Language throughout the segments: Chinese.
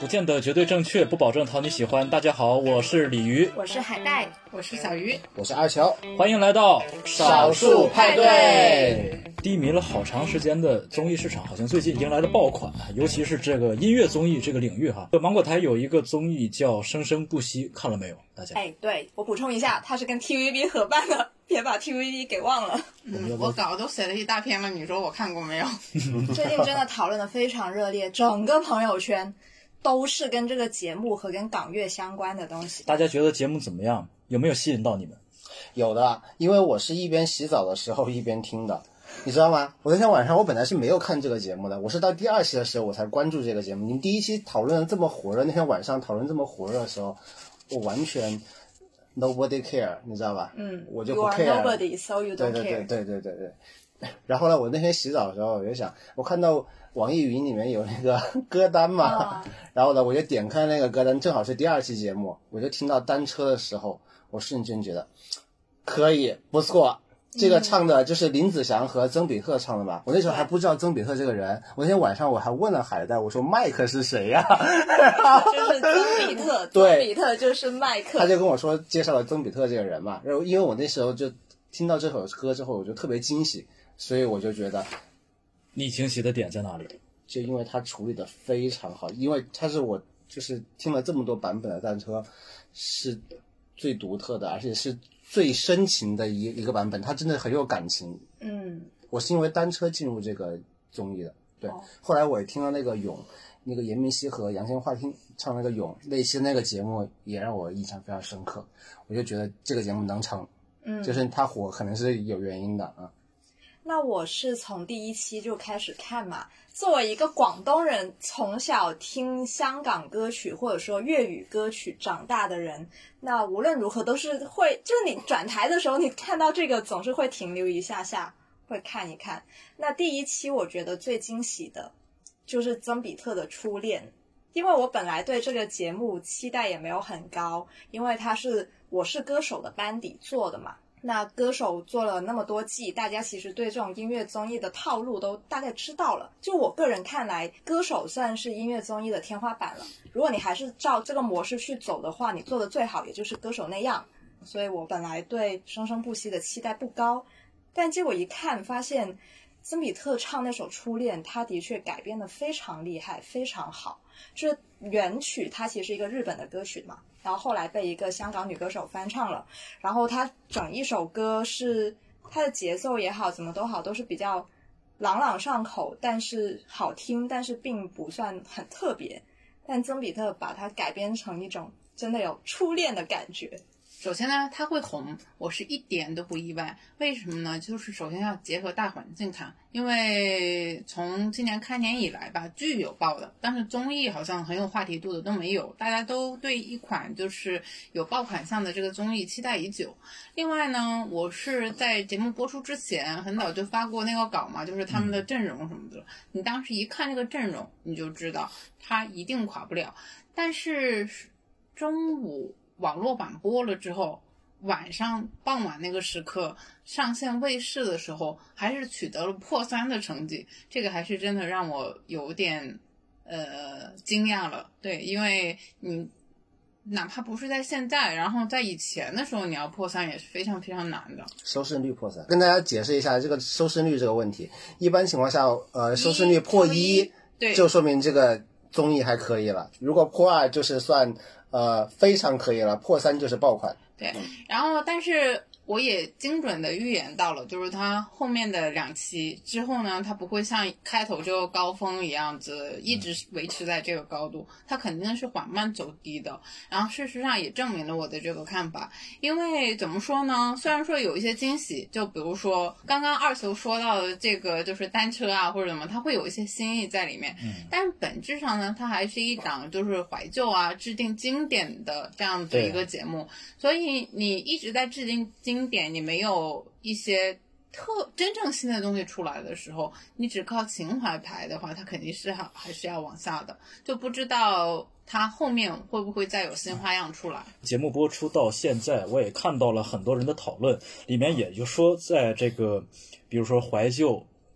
不见得绝对正确，不保证讨你喜欢。大家好，我是鲤鱼， 我是海带， 我是小鱼， 我是二乔， 欢迎来到少数派对。 低迷了好长时间的综艺市场，好像最近迎来了爆款，尤其是这个音乐综艺这个领域哈。芒果台有一个综艺叫《生生不息》，看了没有？大家？ 对，我补充一下，它是跟 TVB 合办的，别把 TVB 给忘了。 我稿都写了一大篇了，你说我看过没有？ 最近真的讨论的非常热烈，整个朋友圈都是跟这个节目和跟港乐相关的东西。 大家觉得节目怎么样？有没有吸引到你们？ 有的，因为我是一边洗澡的时候一边听的，你知道吗？我那天晚上我本来是没有看这个节目的，我是到第2期的时候我才关注这个节目。你们第1期讨论的这么火热，那天晚上讨论这么火热的时候，我完全 nobody care， 你知道吧？我就不 care。 You are nobody, so you don't care。 对。然后呢，我那天洗澡的时候我就想，我看到网易云里面有那个歌单嘛，然后呢我就点开那个歌单，正好是第2期节目，我就听到单车的时候，我瞬间觉得可以，不错。这个唱的就是林子祥和曾比特唱的吧？我那时候还不知道曾比特这个人，我那天晚上我还问了海带，我说麦克是谁呀？ 就是曾比特， 对， 曾比特就是麦克。 他就跟我说介绍了曾比特这个人嘛，然后因为我那时候就听到这首歌之后，我就特别惊喜，所以我就觉得你惊喜的点在哪里？ 就因为他处理的非常好，因为他是我就是听了这么多版本的单车是最独特的，而且是最深情的一个版本，他真的很有感情。我是因为单车进入这个综艺的，对。后来我也听了那个咏，那个严明熙和杨千嬅唱那个咏那期那个节目也让我印象非常深刻，我就觉得这个节目能成，就是他火可能是有原因的啊。 那我是从第1期就开始看嘛，作为一个广东人，从小听香港歌曲或者说粤语歌曲长大的人，那无论如何都是会，就是你转台的时候你看到这个总是会停留一下下，会看一看。那第1期我觉得最惊喜的就是曾比特的初恋，因为我本来对这个节目期待也没有很高，因为它是我是歌手的班底做的嘛。那歌手做了那么多季，大家其实对这种音乐综艺的套路都大概知道了。就我个人看来，歌手算是音乐综艺的天花板了。如果你还是照这个模式去走的话，你做的最好也就是歌手那样。所以我本来对生生不息的期待不高，但结果一看发现曾比特唱那首初恋，他的确改编得非常厉害，非常好。就是原曲它其实是一个日本的歌曲嘛，然后后来被一个香港女歌手翻唱了，然后它整一首歌是它的节奏也好怎么都好都是比较朗朗上口，但是好听，但是并不算很特别。但曾比特把它改编成一种真的有初恋的感觉。 首先呢，它会红，我是一点都不意外。为什么呢？就是首先要结合大环境看，因为从今年开年以来吧，剧有爆的，但是综艺好像很有话题度的都没有，大家都对一款就是有爆款项的这个综艺期待已久。另外呢，我是在节目播出之前很早就发过那个稿嘛，就是他们的阵容什么的，你当时一看这个阵容你就知道它一定垮不了。但是中午网络版播了之后，晚上傍晚那个时刻上线卫视的时候，还是取得了破3的成绩，这个还是真的让我有点惊讶了。对，因为你哪怕不是在现在，然后在以前的时候你要破3也是非常非常难的。 收视率破3，跟大家解释一下这个收视率这个问题。一般情况下收视率破1就说明这个综艺还可以了，如果破2就是算非常可以了，破3就是爆款。 对，然后但是我也精准的预言到了，就是它后面的2期之后呢，它不会像开头这个高峰一样子一直维持在这个高度，它肯定是缓慢走低的。然后事实上也证明了我的这个看法，因为怎么说呢，虽然说有一些惊喜，就比如说刚刚二球说到的这个就是单车啊或者什么，它会有一些新意在里面，但是本质上呢，它还是一档就是怀旧啊致敬经典的这样子一个节目，所以你一直在致敬经典，你没有一些真正新的东西出来的时候，你只靠情怀牌的话，它肯定是还是要往下的，就不知道它后面会不会再有新花样出来。 节目播出到现在，我也看到了很多人的讨论，里面也就说在这个比如说怀旧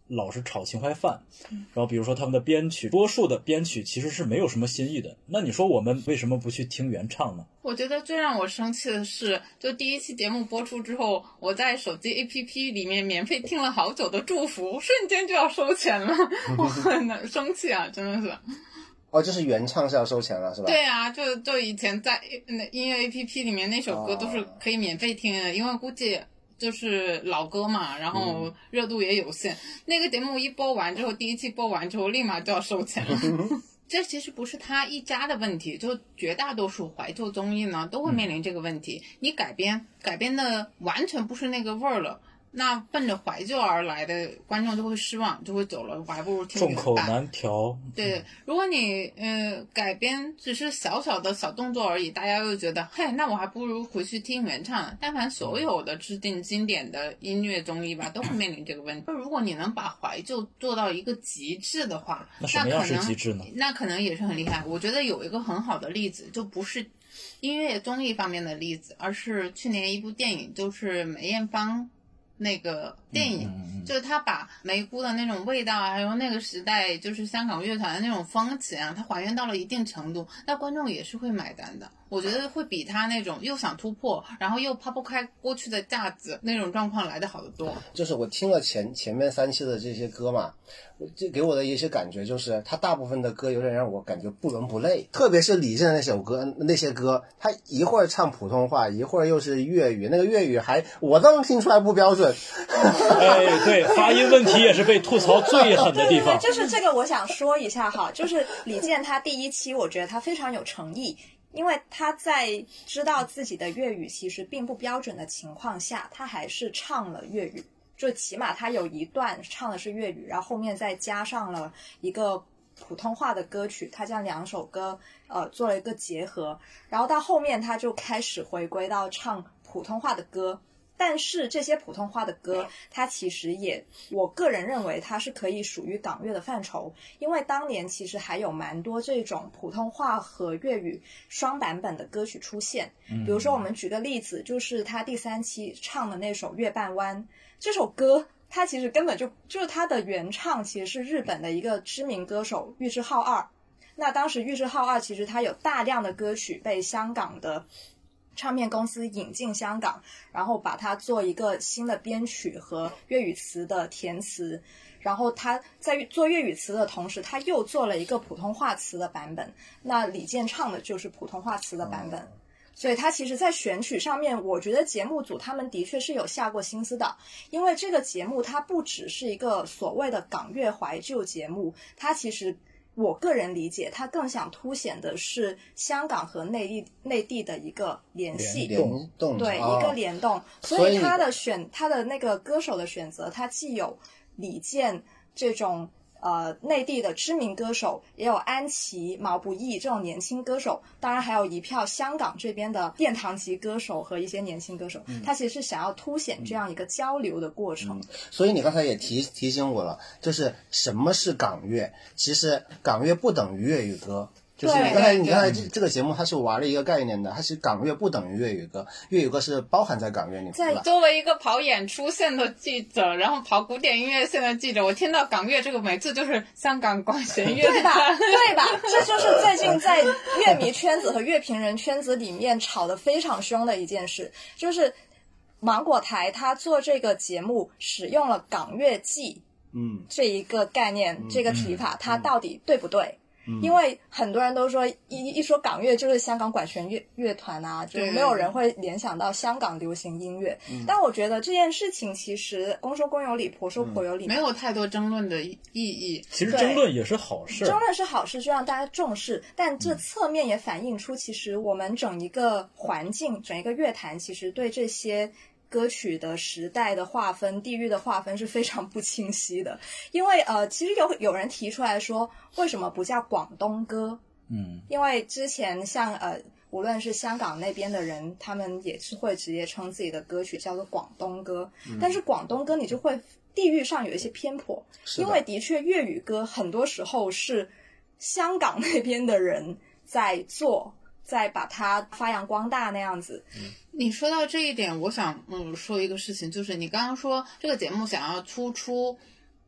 老是炒情怀饭，然后比如说他们的编曲，多数的编曲其实是没有什么新意的。那你说我们为什么不去听原唱呢？ 我觉得最让我生气的是，就第一期节目播出之后，我在手机 APP 里面免费听了好久的祝福，瞬间就要收钱了，我很生气啊，真的是。 哦，就是原唱是要收钱了，是吧？ 对啊，就以前在音乐 APP 里面那首歌都是可以免费听的，因为估计就是老歌嘛，然后热度也有限。那个节目一播完之后，第一期播完之后，立马就要收钱了。这其实不是他一家的问题，就绝大多数怀旧综艺呢都会面临这个问题。你改编的完全不是那个味儿了。那奔着怀旧而来的观众就会失望，就会走了，我还不如听原版。 众口难调。 对，如果你改编只是小小的小动作而已，大家又觉得嘿，那我还不如回去听原唱。但凡所有的制定经典的音乐综艺吧，都会面临这个问题。如果你能把怀旧做到一个极致的话， 那什么样是极致呢？ 那可能也是很厉害。我觉得有一个很好的例子，就不是音乐综艺方面的例子，而是去年一部电影，就是梅艳芳那个电影，就是他把梅姑的那种味道啊，还有那个时代就是香港乐团的那种风情啊，他还原到了一定程度，那观众也是会买单的。我觉得会比他那种又想突破，然后又抛不开过去的架子那种状况来得好得多。 就是我听了前面3期的这些歌嘛，这给我的一些感觉就是，他大部分的歌有点让我感觉不伦不类，特别是李健的那些歌，他一会儿唱普通话，一会儿又是粤语，那个粤语还我都能听出来不标准。 哎，对，发音问题也是被吐槽最狠的地方。 对，就是这个我想说一下哈，就是李健他第一期我觉得他非常有诚意，因为他在知道自己的粤语其实并不标准的情况下，他还是唱了粤语，就起码他有一段唱的是粤语，然后后面再加上了一个普通话的歌曲，他将两首歌做了一个结合，然后到后面他就开始回归到唱普通话的歌。但是这些普通话的歌，它其实也，我个人认为它是可以属于港乐的范畴，因为当年其实还有蛮多这种普通话和粤语双版本的歌曲出现。比如说我们举个例子，就是他第3期唱的那首《月半湾》，这首歌它其实根本就是它的原唱其实是日本的一个知名歌手玉置浩二。那当时玉置浩二其实他有大量的歌曲被香港的唱片公司引进香港，然后把它做一个新的编曲和粤语词的填词，然后他在做粤语词的同时，他又做了一个普通话词的版本，那李健唱的就是普通话词的版本。所以他其实在选曲上面，我觉得节目组他们的确是有下过心思的，因为这个节目它不只是一个所谓的港乐怀旧节目，它其实我个人理解，他更想凸显的是香港和内地的一个联系， 联动， 对，一个联动。所以他的那个歌手的选择，他既有李健这种内地的知名歌手，也有安琪、毛不易这种年轻歌手，当然还有一票香港这边的殿堂级歌手和一些年轻歌手，他其实是想要凸显这样一个交流的过程。 所以你刚才也提醒我了，就是什么是港乐？其实港乐不等于粤语歌。就是你刚才这个节目它是玩了一个概念的，它是港乐不等于粤语歌，粤语歌是包含在港乐里面的。 作为一个跑演出线的记者，然后跑古典音乐线的记者，我听到港乐这个每次就是香港管弦乐对吧？对吧？这就是最近在乐迷圈子和乐评人圈子里面吵得非常凶的一件事，就是芒果台他做这个节目使用了港乐季这一个概念，这个提法它到底对不对？因为很多人都说一说港乐就是香港管弦乐团啊，就没有人会联想到香港流行音乐。但我觉得这件事情其实公说公有理，婆说婆有理， 没有太多争论的意义。 其实争论也是好事， 争论是好事，就让大家重视。但这侧面也反映出，其实我们整一个环境，整一个乐坛，其实对这些歌曲的时代的划分、地域的划分是非常不清晰的。因为其实有人提出来说，为什么不叫广东歌？因为之前像无论是香港那边的人，他们也是会直接称自己的歌曲叫做广东歌。但是广东歌你就会地域上有一些偏颇，因为的确粤语歌很多时候是香港那边的人在做，在把它发扬光大那样子。 你说到这一点，我想说一个事情，就是你刚刚说这个节目想要突出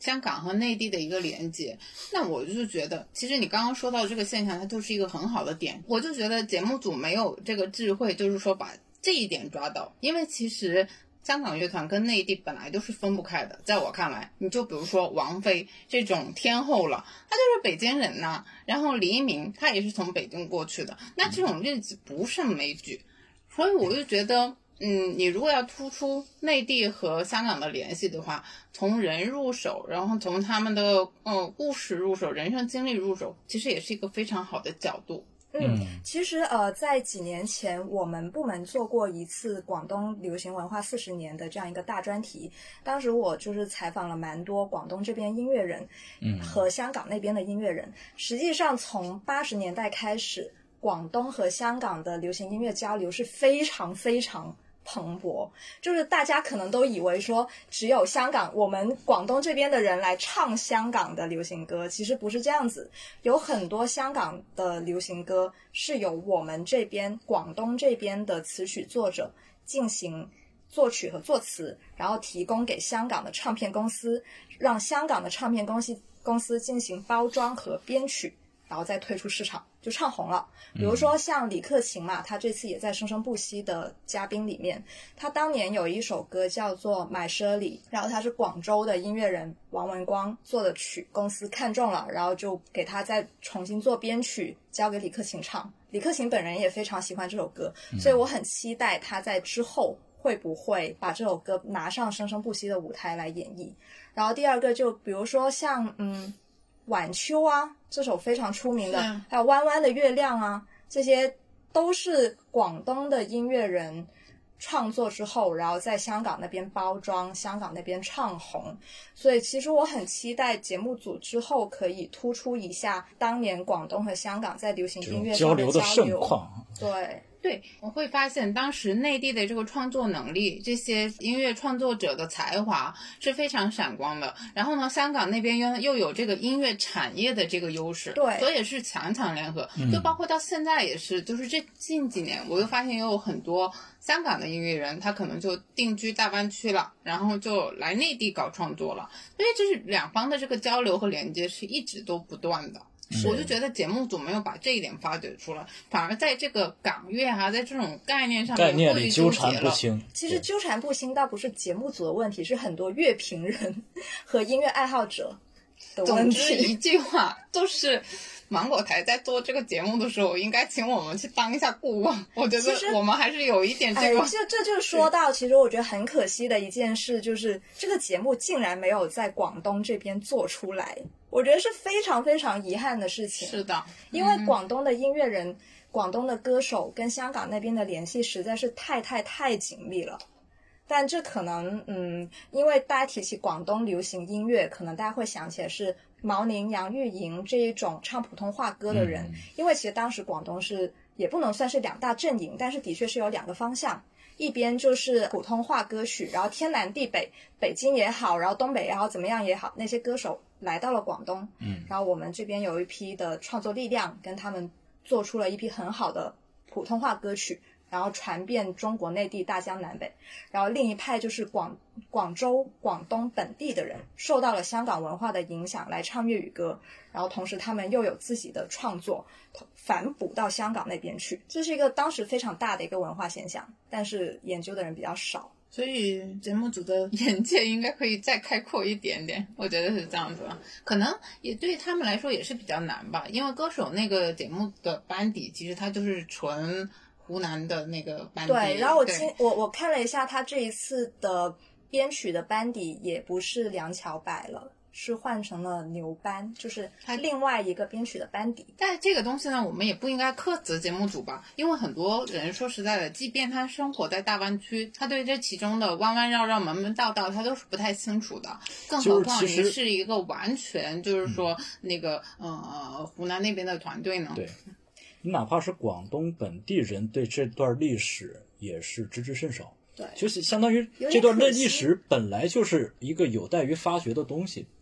香港和内地的一个连接。那我就觉得，其实你刚刚说到这个现象，它就是一个很好的点。我就觉得节目组没有这个智慧，就是说把这一点抓到，因为其实香港乐团跟内地本来都是分不开的。在我看来，你就比如说王菲这种天后了，她就是北京人呐，然后黎明他也是从北京过去的，那这种例子不胜枚举。所以我就觉得你如果要突出内地和香港的联系的话，从人入手，然后从他们的故事入手，人生经历入手，其实也是一个非常好的角度。 其实在几年前我们部门做过一次广东流行文化40年的这样一个大专题，当时我就是采访了蛮多广东这边音乐人和香港那边的音乐人。实际上从80年代开始，广东和香港的流行音乐交流是非常非常蓬勃，就是大家可能都以为说只有香港我们广东这边的人来唱香港的流行歌，其实不是这样子。有很多香港的流行歌是由我们这边广东这边的词曲作者进行作曲和作词，然后提供给香港的唱片公司，让香港的唱片公司进行包装和编曲，然后再推出市场，就唱红了。比如说像李克勤嘛，他这次也在生生不息的嘉宾里面，他当年有一首歌叫做买奢里，然后他是广州的音乐人王文光做的曲，公司看中了，然后就给他再重新做编曲，交给李克勤唱。李克勤本人也非常喜欢这首歌，所以我很期待他在之后会不会把这首歌拿上生生不息的舞台来演绎。然后第二个就比如说像晚秋啊，这首非常出名的，还有弯弯的月亮啊，这些都是广东的音乐人创作之后，然后在香港那边包装，香港那边唱红。所以其实我很期待节目组之后可以突出一下当年广东和香港在流行音乐上的交流的盛况。 对，我会发现当时内地的这个创作能力，这些音乐创作者的才华是非常闪光的。然后呢，香港那边又有这个音乐产业的这个优势， 对， 所以是强强联合。就包括到现在也是，就是这近几年，我又发现又有很多香港的音乐人，他可能就定居大湾区了，然后就来内地搞创作了。所以这是两方的这个交流和连接是一直都不断的。我就觉得节目组没有把这一点发掘出来，反而在这个港乐在这种概念上面概念里纠缠不清。 其实纠缠不清倒不是节目组的问题，是很多乐评人和音乐爱好者的问题。 总之一句话，就是芒果台在做这个节目的时候，应该请我们去当一下顾问。我觉得我们还是有一点这个。 这就说到，其实我觉得很可惜的一件事，就是这个节目竟然没有在广东这边做出来。我觉得是非常非常遗憾的事情。 是的， 因为广东的音乐人、广东的歌手跟香港那边的联系实在是太紧密了。但这可能，因为大家提起广东流行音乐，可能大家会想起来是毛宁、杨钰莹这一种唱普通话歌的人。因为其实当时广东是也不能算是两大阵营，但是的确是有两个方向。一边就是普通话歌曲，然后天南地北，北京也好，然后东北也好，怎么样也好，那些歌手来到了广东，然后我们这边有一批的创作力量，跟他们做出了一批很好的普通话歌曲，然后传遍中国内地大江南北。然后另一派就是广州、广东本地的人，受到了香港文化的影响来唱粤语歌，然后同时他们又有自己的创作反哺到香港那边去，这是一个当时非常大的一个文化现象，但是研究的人比较少。 所以节目组的眼界应该可以再开阔一点点，我觉得是这样子吧。可能也对他们来说也是比较难吧，因为歌手那个节目的班底其实它就是纯湖南的那个班底。 对，然后我看了一下他这一次的编曲的班底也不是梁乔柏了，是换成了牛班，就是他另外一个编曲的班底。 但这个东西呢，我们也不应该苛责节目组吧，因为很多人说实在的，即便他生活在大湾区，他对这其中的弯弯绕绕、门门道道，他都是不太清楚的。更何况你是一个完全就是说那个湖南那边的团队呢。 对，你哪怕是广东本地人，对这段历史也是知之甚少。 对， 就是相当于这段历史本来就是一个有待于发掘的东西。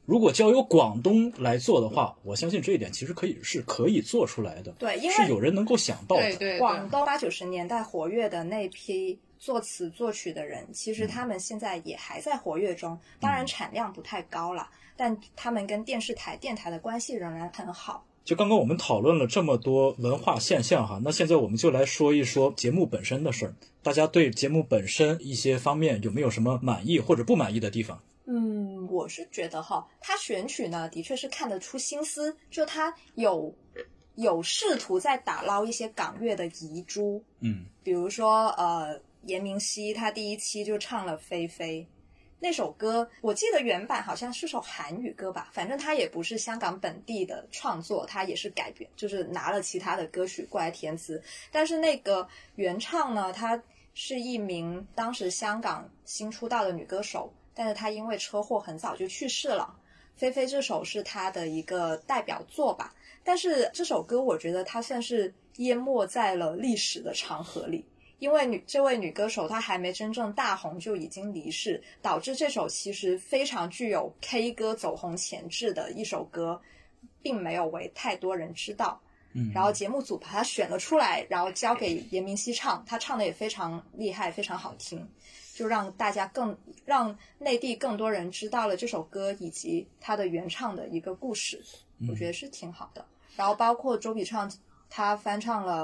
如果交由广东来做的话，我相信这一点其实可以做出来的。 对，因为是有人能够想到的。 对， 广东80、90年代活跃的那批作词作曲的人，其实他们现在也还在活跃中，当然产量不太高了，但他们跟电视台、电台的关系仍然很好。 就刚刚我们讨论了这么多文化现象哈，那现在我们就来说一说节目本身的事儿。大家对节目本身一些方面有没有什么满意或者不满意的地方？ 我是觉得他选曲呢，的确是看得出心思，就他有试图在打捞一些港乐的遗珠。比如说严明熙他第一期就唱了《菲菲》那首歌，我记得原版好像是首韩语歌吧，反正它也不是香港本地的创作，它也是改编，就是拿了其他的歌曲过来填词。但是那个原唱呢，她是一名当时香港新出道的女歌手，但是她因为车祸很早就去世了。菲菲这首是她的一个代表作吧，但是这首歌我觉得它算是淹没在了历史的长河里。因为这位女歌手她还没真正大红就已经离世，导致这首其实非常具有 K 歌走红潜质的一首歌并没有为太多人知道。然后节目组把它选了出来，然后交给严明熙唱，他唱的也非常厉害，非常好听，就让内地更多人知道了这首歌以及他的原唱的一个故事，我觉得是挺好的。然后包括周笔畅他翻唱了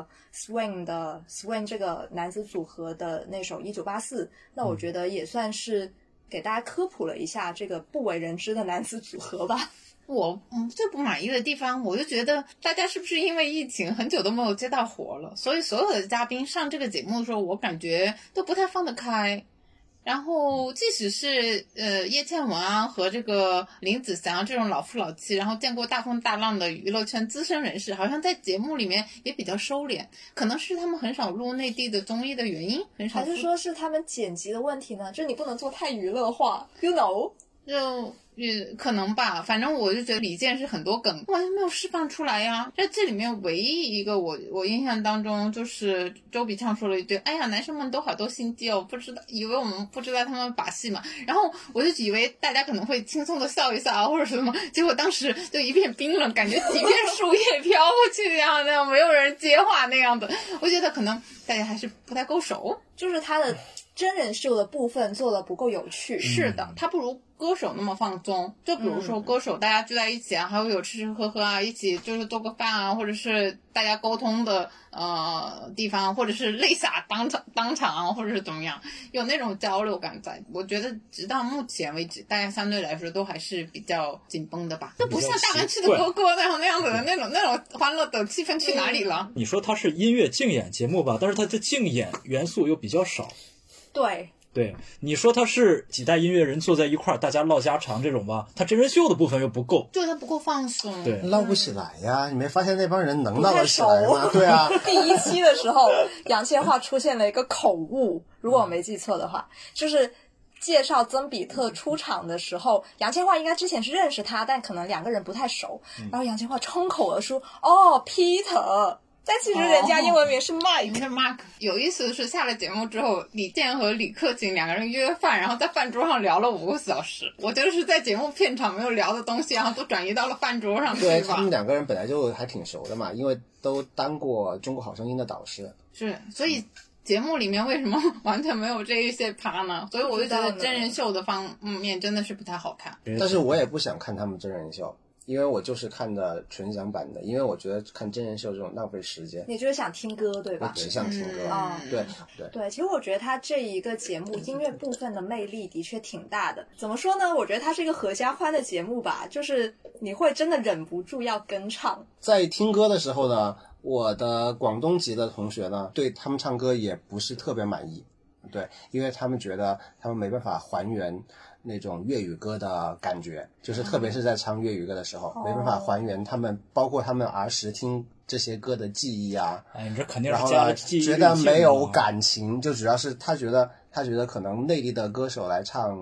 Swing 这个男子组合的那首1984，那我觉得也算是给大家科普了一下这个不为人知的男子组合吧。 我最不满意的地方，我就觉得大家是不是因为疫情很久都没有接到活了，所以所有的嘉宾上这个节目的时候，我感觉都不太放得开。然后即使是叶倩文啊和这个林子祥这种老夫老妻，然后见过大风大浪的娱乐圈资深人士，好像在节目里面也比较收敛，可能是他们很少录内地的综艺的原因，很少。 还是说是他们剪辑的问题呢？就你不能做太娱乐化 ，you know。 就可能吧，反正我就觉得李健是很多梗完全没有释放出来呀。这里面唯一一个我印象当中就是周笔畅说了一句：“哎呀，男生们都好多心机哦，不知道以为我们不知道他们把戏嘛。”然后我就以为大家可能会轻松的笑一笑啊，或者什么，结果当时就一片冰冷，感觉几片树叶飘过去那样，没有人接话那样的。我觉得可能大家还是不太够熟， 就是他的真人秀的部分做得不够有趣。 是的，他不如歌手那么放松。就比如说歌手大家聚在一起啊，还会有吃吃喝喝啊，一起就是做个饭啊，或者是大家沟通的地方，或者是泪洒当场或者是怎么样，有那种交流感在。我觉得直到目前为止，大家相对来说都还是比较紧绷的吧，就不像大湾区的哥哥那样子的那种欢乐的气氛去哪里了？ 你说它是音乐竞演节目吧，但是它的竞演元素又比较少。对，你说他是几代音乐人坐在一块儿，大家唠家常这种吧，他真人秀的部分又不够， 对，他不够放松， 对， 唠不起来呀。你没发现那帮人能唠得起来吗？对啊， 第一期的时候，杨千嬅出现了一个口误，如果我没记错的话，就是介绍曾比特出场的时候，杨千嬅应该之前是认识他，但可能两个人不太熟，然后杨千嬅冲口而出：“哦 ，Peter。”但其实人家英文名是 Mike。 有意思的是，下了节目之后，李健和李克勤两个人约饭，然后在饭桌上聊了5个小时。我觉得是在节目片场没有聊的东西，然后都转移到了饭桌上去吧。 对，他们两个人本来就还挺熟的嘛，因为都当过《中国好声音》的导师。 是，所以节目里面为什么完全没有这一些趴呢？所以我就觉得真人秀的方面真的是不太好看。 但是我也不想看他们真人秀。因为我就是看的纯享版的，因为我觉得看真人秀这种浪费时间。 你就是想听歌对吧？ 我只想听歌。对， 其实我觉得他这一个节目音乐部分的魅力的确挺大的。怎么说呢？我觉得它是一个合家欢的节目吧，就是你会真的忍不住要跟唱。 在听歌的时候呢，我的广东籍的同学呢，对他们唱歌也不是特别满意。对，因为他们觉得他们没办法还原那种粤语歌的感觉，就是特别是在唱粤语歌的时候，没办法还原他们，包括他们儿时听这些歌的记忆啊。 哎，你这肯定是加了记忆。 觉得没有感情，就主要是他觉得可能内地的歌手来唱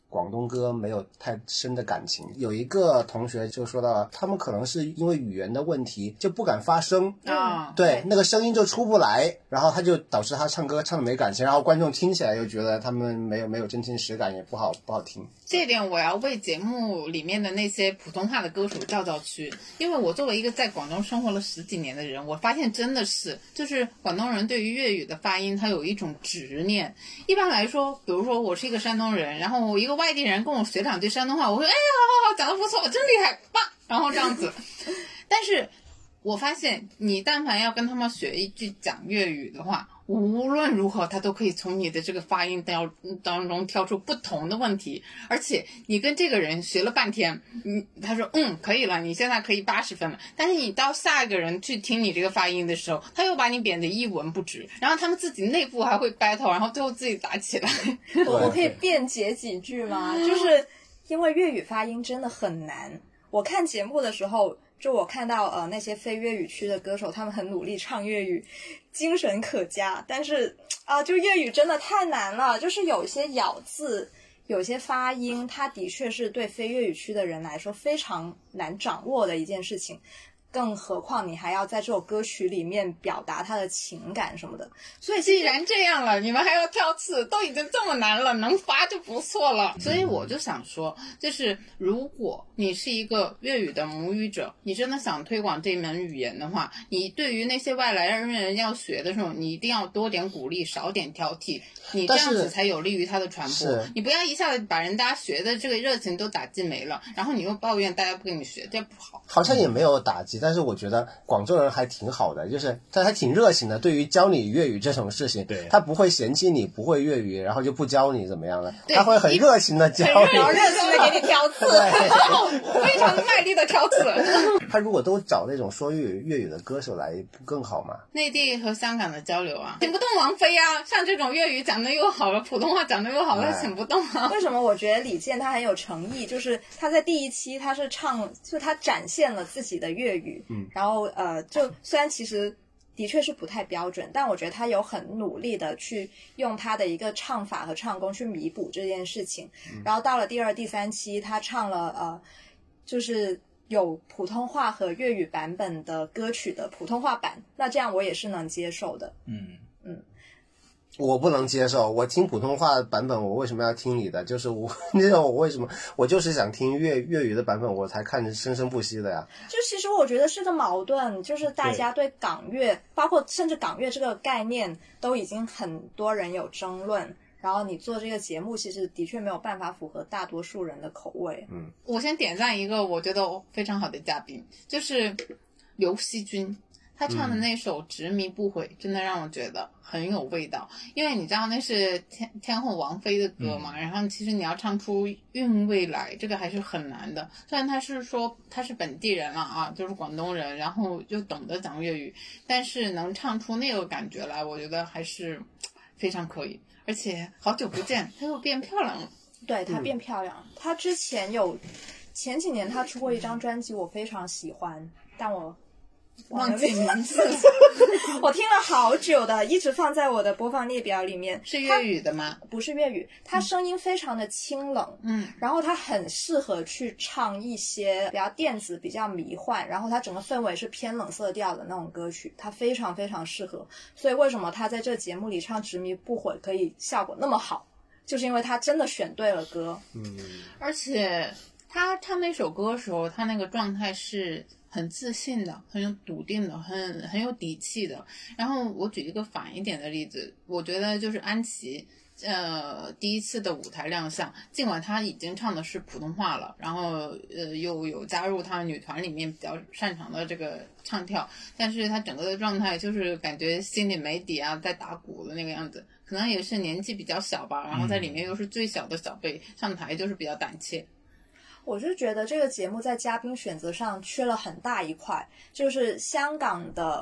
广东歌没有太深的感情。有一个同学就说到，他们可能是因为语言的问题就不敢发声啊， 对，那个声音就出不来，然后他就导致他唱歌唱的没感情，然后观众听起来又觉得他们没有真情实感，也不好听。 这一点我要为节目里面的那些普通话的歌手叫屈，因为我作为一个在广东生活了10几年的人，我发现真的是，就是广东人对于粤语的发音，他有一种执念。一般来说，比如说我是一个山东人，然后一个外地人跟我学2句山东话，我说哎呀，好，讲得不错，真厉害，棒，然后这样子。但是我发现，你但凡要跟他们学一句讲粤语的话，无论如何他都可以从你的这个发音当中挑出不同的问题，而且你跟这个人学了半天，他说可以了，你现在可以80分了，但是你到下一个人去听你这个发音的时候，他又把你贬得一文不值，然后他们自己内部还会 battle， 然后最后自己打起来。 我可以辩解几句吗？就是因为粤语发音真的很难。我看节目的时候，就我看到那些非粤语区的歌手，他们很努力唱粤语，精神可嘉，但是就粤语真的太难了，就是有一些咬字，有些发音，它的确是对非粤语区的人来说非常难掌握的一件事情。更何况你还要在这首歌曲里面表达他的情感什么的，所以既然这样了，你们还要挑刺，都已经这么难了，能发就不错了。所以我就想说，就是如果你是一个粤语的母语者，你真的想推广这门语言的话，你对于那些外来人要学的时候，你一定要多点鼓励，少点挑剔，你这样子才有利于它的传播。你不要一下子把人家学的这个热情都打击没了，然后你又抱怨大家不跟你学，这不好。 好像也没有打击，但是我觉得广州人还挺好的，就是他还挺热情的，对于教你粤语这种事情， 对， 他不会嫌弃你不会粤语，然后就不教你怎么样了，他会很热情的教你， 然后热情的给你挑刺， 非常卖力的挑刺。 他如果都找那种说粤语的歌手来，不更好吗？ 内地和香港的交流啊，请不动王菲啊，像这种粤语讲的又好了，普通话讲的又好了，请不动啊。 为什么我觉得李健他很有诚意？就是他在第1期他是唱，就他展现了自己的粤语，然后就虽然其实的确是不太标准，但我觉得他有很努力的去用他的一个唱法和唱功去弥补这件事情。然后到了第2、第3期，他唱了就是有普通话和粤语版本的歌曲的普通话版，那这样我也是能接受的。 我不能接受，我听普通话版本，我为什么要听你的？就是我，你知道我为什么？我就是想听粤语的版本，我才看生生不息的呀。 就其实我觉得是个矛盾，就是大家对港乐，包括甚至港乐这个概念，都已经很多人有争论。然后你做这个节目，其实的确没有办法符合大多数人的口味。 我先点赞一个我觉得非常好的嘉宾，就是刘惜君。他唱的那首《执迷不悔》真的让我觉得很有味道，因为你知道那是天后王菲的歌嘛，然后其实你要唱出韵味来，这个还是很难的。虽然他是说他是本地人了啊，就是广东人，然后又懂得讲粤语，但是能唱出那个感觉来，我觉得还是非常可以。而且好久不见，她又变漂亮了。 对，她变漂亮了。她之前前几年她出过一张专辑，我非常喜欢，但我忘记名字了。 我听了好久的，一直放在我的播放列表里面。 是粤语的吗？ 不是粤语，它声音非常的清冷，然后它很适合去唱一些比较电子、比较迷幻，然后它整个氛围是偏冷色调的那种歌曲，它非常非常适合。所以为什么他在这节目里唱《执迷不悔》可以效果那么好，就是因为他真的选对了歌。 而且他唱那首歌的时候，他那个状态是很自信的，很有笃定的，很有底气的。然后我举一个反一点的例子，我觉得就是安琪第一次的舞台亮相，尽管她已经唱的是普通话了，然后又有加入她女团里面比较擅长的这个唱跳，但是她整个的状态就是感觉心里没底啊，在打鼓的那个样子。可能也是年纪比较小吧，然后在里面又是最小的小辈，上台就是比较胆怯。 我就觉得这个节目在嘉宾选择上缺了很大一块，就是香港的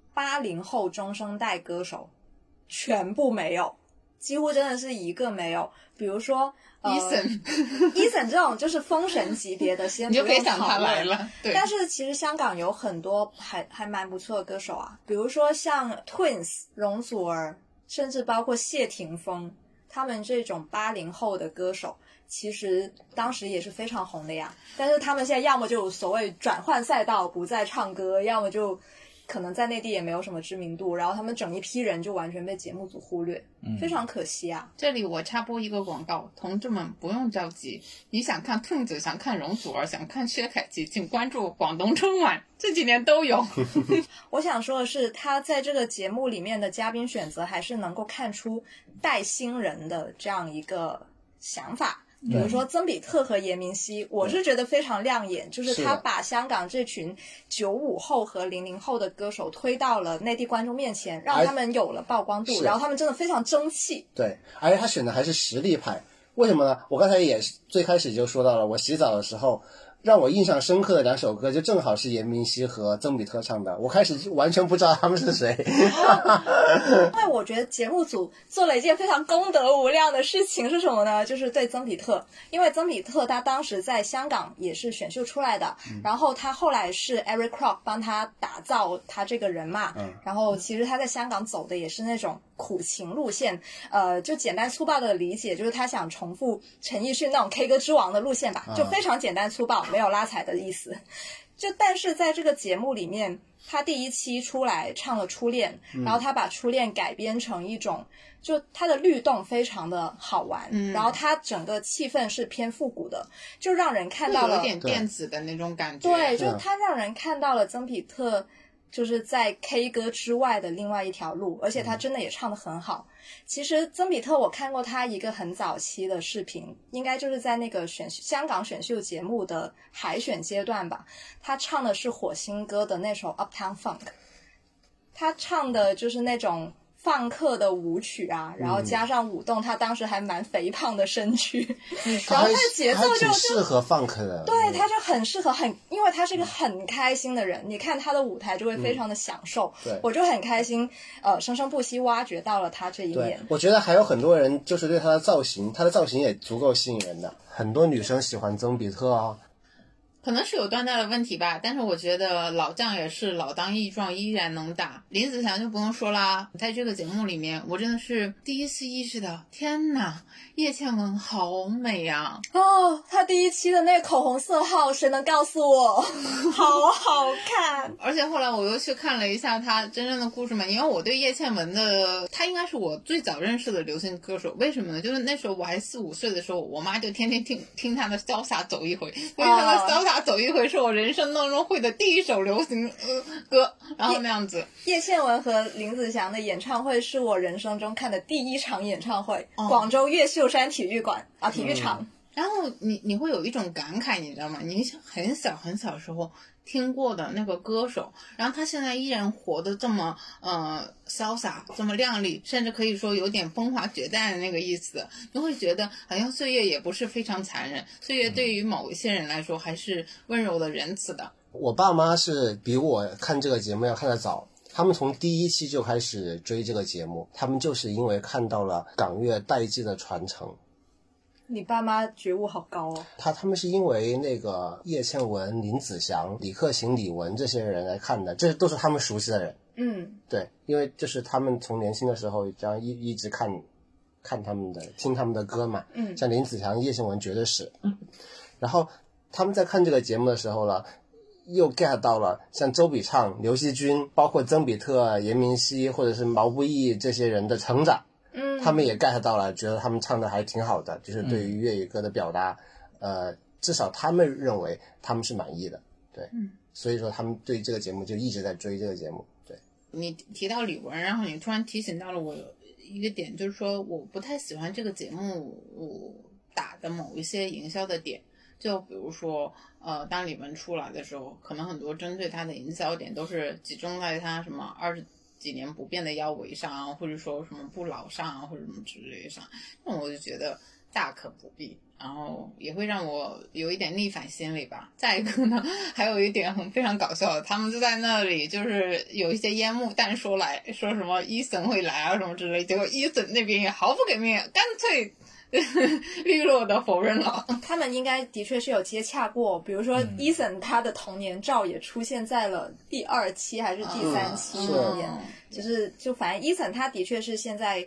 80后中生代歌手全部没有，几乎真的是一个没有。比如说Eason 这种就是封神级别的，先不用讨论， 你就别想他来了。对， 但是其实香港有很多还蛮不错的歌手啊，比如说像 Twins 容祖儿，甚至包括谢霆锋，他们这种80后的歌手其实当时也是非常红的呀。但是他们现在要么就所谓转换赛道不再唱歌，要么就可能在内地也没有什么知名度，然后他们整一批人就完全被节目组忽略，非常可惜啊。 这里我插播一个广告，同志们不用着急，你想看兔子，想看容祖儿，想看薛凯琪，请关注广东春晚，这几年都有。 我想说的是，他在这个节目里面的嘉宾选择还是能够看出带新人的这样一个想法。比如说曾比特和严明熙，我是觉得非常亮眼，就是他把香港这群95后和00后的歌手推到了内地观众面前，让他们有了曝光度，然后他们真的非常争气。 对，而且他选的还是实力派。为什么呢？我刚才也最开始就说到了，我洗澡的时候让我印象深刻的2首歌就正好是严明熙和曾比特唱的，我开始完全不知道他们是谁。 因为我觉得节目组做了一件非常功德无量的事情是什么呢？就是对曾比特，因为曾比特他当时在香港也是选秀出来的，然后他后来是 Eric Kwok 帮他打造他这个人嘛，然后其实他在香港走的也是那种苦情路线，就简单粗暴的理解就是他想重复陈奕迅那种 K 歌之王的路线吧，就非常简单粗暴，没有拉踩的意思。但是在这个节目里面，他第1期出来唱了初恋，然后他把初恋改编成一种，就他的律动非常的好玩，然后他整个气氛是偏复古的，就让人看到了有点电子的那种感觉。 对，就他让人看到了曾比特就是在 K 歌之外的另外一条路，而且他真的也唱得很好。其实曾比特我看过他一个很早期的视频，应该就是在那个香港选秀节目的海选阶段吧，他唱的是火星哥的那首 Uptown Funk， 他唱的就是那种放克的舞曲啊，然后加上舞动，他当时还蛮肥胖的身躯，然后他的节奏就适合放克的。 对，他就很适合因为他是一个很开心的人，你看他的舞台就会非常的享受。 对， 我就很开心，生生不息挖掘到了他这一面。 我觉得还有很多人就是对他的造型也足够吸引人的，很多女生喜欢曾比特啊。 可能是有断代的问题吧，但是我觉得老将也是老当益壮，依然能打。林子祥就不用说啦，在这个节目里面，我真的是第一次意识到，天哪，叶倩文好美啊！ 哦，她第1期的那个口红色号，谁能告诉我？好好看！ 而且后来我又去看了一下她真正的故事嘛，因为我对叶倩文的，她应该是我最早认识的流行歌手。为什么呢？就是那时候我还4、5岁的时候，我妈就天天听她的潇洒走一回，因为她的潇洒走一回是我人生当中会的第1首流行歌，然后那样子。 叶倩文和林子祥的演唱会是我人生中看的第1场演唱会，广州越秀山体育馆体育场。 然后你会有一种感慨，你知道吗？你很小很小时候听过的那个歌手，然后他现在依然活得这么潇洒，这么靓丽，甚至可以说有点风华绝代的那个意思，你会觉得好像岁月也不是非常残忍，岁月对于某一些人来说还是温柔的仁慈的。 我爸妈是比我看这个节目要看得早，他们从第1期就开始追这个节目，他们就是因为看到了港乐代际的传承。 你爸妈觉悟好高哦。 他们是因为那个叶倩文、林子祥、李克勤、李玟这些人来看的，这都是他们熟悉的人。对，因为就是他们从年轻的时候这样一直看他们的，听他们的歌嘛。像林子祥、叶倩文绝对是。然后他们在看这个节目的时候呢，又 get 到了像周笔畅、刘惜君，包括曾比特、严明熙或者是毛不易这些人的成长。他们也 get 到了，觉得他们唱的还挺好的，就是对于粤语歌的表达，至少他们认为他们是满意的。对，所以说他们对这个节目就一直在追这个节目。对， 你提到李玟，然后你突然提醒到了我一个点，就是说我不太喜欢这个节目打的某一些营销的点，就比如说当李玟出来的时候，可能很多针对他的营销点都是集中在他什么20几年不变的腰围上，或者说什么不老上或者什么之类上，那我就觉得大可不必，然后也会让我有一点逆反心理吧。再一个呢，还有一点非常搞笑的，他们就在那里就是有一些烟幕弹说什么Eason会来啊什么之类，结果Eason那边也毫不给面，干脆利落的否认了。 他们应该的确是有接洽过，比如说Eason他的童年照也出现在了第2期还是第3期里面，就反正Eason他的确是现在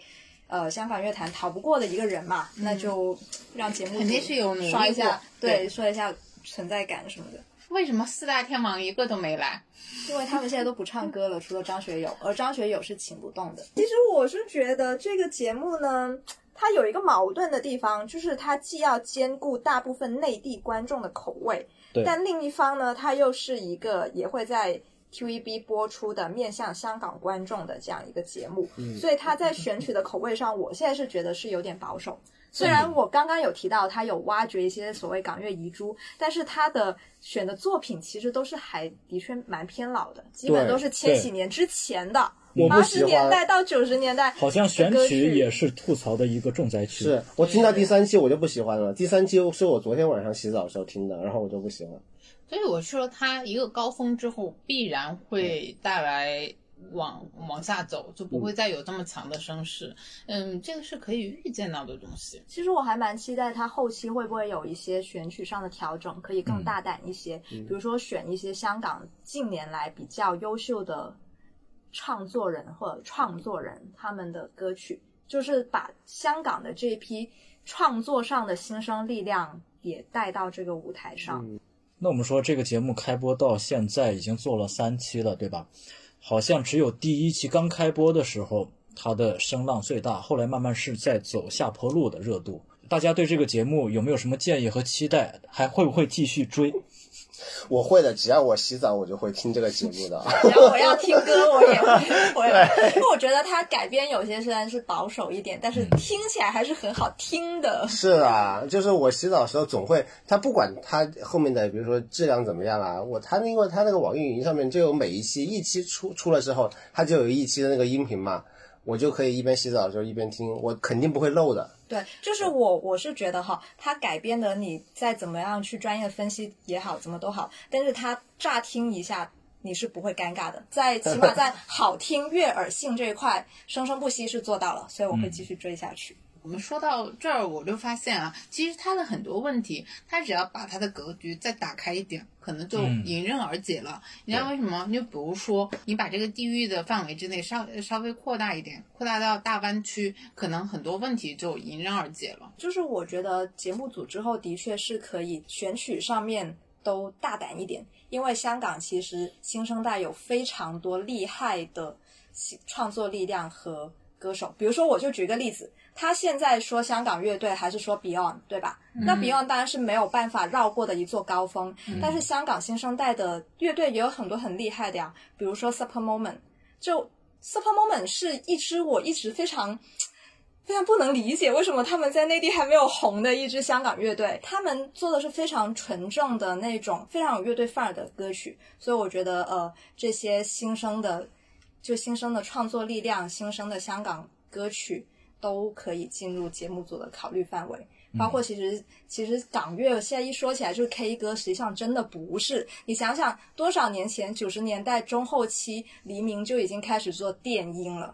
香港乐坛逃不过的一个人嘛，那就让节目肯定是有努力刷一下， 对， 说一下存在感什么的。 为什么四大天王一个都没来？ 因为他们现在都不唱歌了，除了张学友，而张学友是请不动的。其实我是觉得这个节目呢，它有一个矛盾的地方，就是它既要兼顾大部分内地观众的口味，但另一方呢，它又是一个也会在 TVB 播出的面向香港观众的这样一个节目，所以它在选取的口味上，我现在是觉得是有点保守。虽然我刚刚有提到他有挖掘一些所谓港乐遗珠，但是他的选的作品其实都是还的确蛮偏老的，基本都是千禧年之前的，80年代到90年代。 好像选曲也是吐槽的一个重灾区。 是我听到第3期我就不喜欢了，第3期是我昨天晚上洗澡的时候听的，然后我就不喜欢。 所以我说他一个高峰之后必然会带来往下走，就不会再有这么强的声势。这个是可以预见到的东西。 其实我还蛮期待他后期会不会有一些选曲上的调整，可以更大胆一些，比如说选一些香港近年来比较优秀的唱作人或者创作人他们的歌曲，就是把香港的这一批创作上的新生力量也带到这个舞台上。 那我们说这个节目开播到现在已经做了3期了，对吧？好像只有第1期刚开播的时候它的声浪最大，后来慢慢是在走下坡路的热度。大家对这个节目有没有什么建议和期待？还会不会继续追？ 我会的，只要我洗澡我就会听这个节目的。 只要我要听歌我也会因为我觉得它改编有些虽然是保守一点，但是听起来还是很好听的。 是啊，就是我洗澡的时候总会，它不管它后面的比如说质量怎么样啊，因为它那个网易云上面就有每一期出了之后它就有1期的那个音频嘛，我就可以一边洗澡的时候一边听，我肯定不会漏的。 对，就是我是觉得它改编的你再怎么样去专业分析也好，怎么都好，但是它乍听一下你是不会尴尬的，起码在好听悦耳性这一块生生不息是做到了，所以我会继续追下去。 我们说到这儿，我就发现啊，其实他的很多问题，他只要把他的格局再打开一点，可能就迎刃而解了。你知道为什么？就比如说，你把这个地域的范围之内稍微扩大一点，扩大到大湾区，可能很多问题就迎刃而解了。 就是我觉得节目组之后的确是可以选曲上面都大胆一点，因为香港其实新生代有非常多厉害的创作力量和歌手。比如说我就举个例子，他现在说香港乐队还是说 Beyond 对吧？那 Beyond 当然是没有办法绕过的一座高峰，但是香港新生代的乐队也有很多很厉害的呀，比如说 Super Moment。 就 Super Moment 是一支我一直非常不能理解为什么他们在内地还没有红的一支香港乐队，他们做的是非常纯正的那种非常有乐队范儿的歌曲，所以我觉得这些新生的创作力量，新生的香港歌曲都可以进入节目组的考虑范围。包括其实港乐现在一说起来就是 K 歌，实际上真的不是。你想想多少年前90年代中后期黎明就已经开始做电音了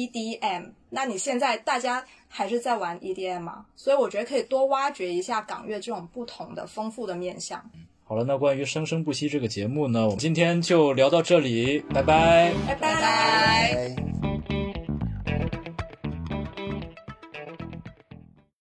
EDM， 那你现在大家还是在玩 EDM 吗？所以我觉得可以多挖掘一下港乐这种不同的丰富的面向。 好了，那关于生生不息这个节目呢，我们今天就聊到这里，拜拜， 拜拜。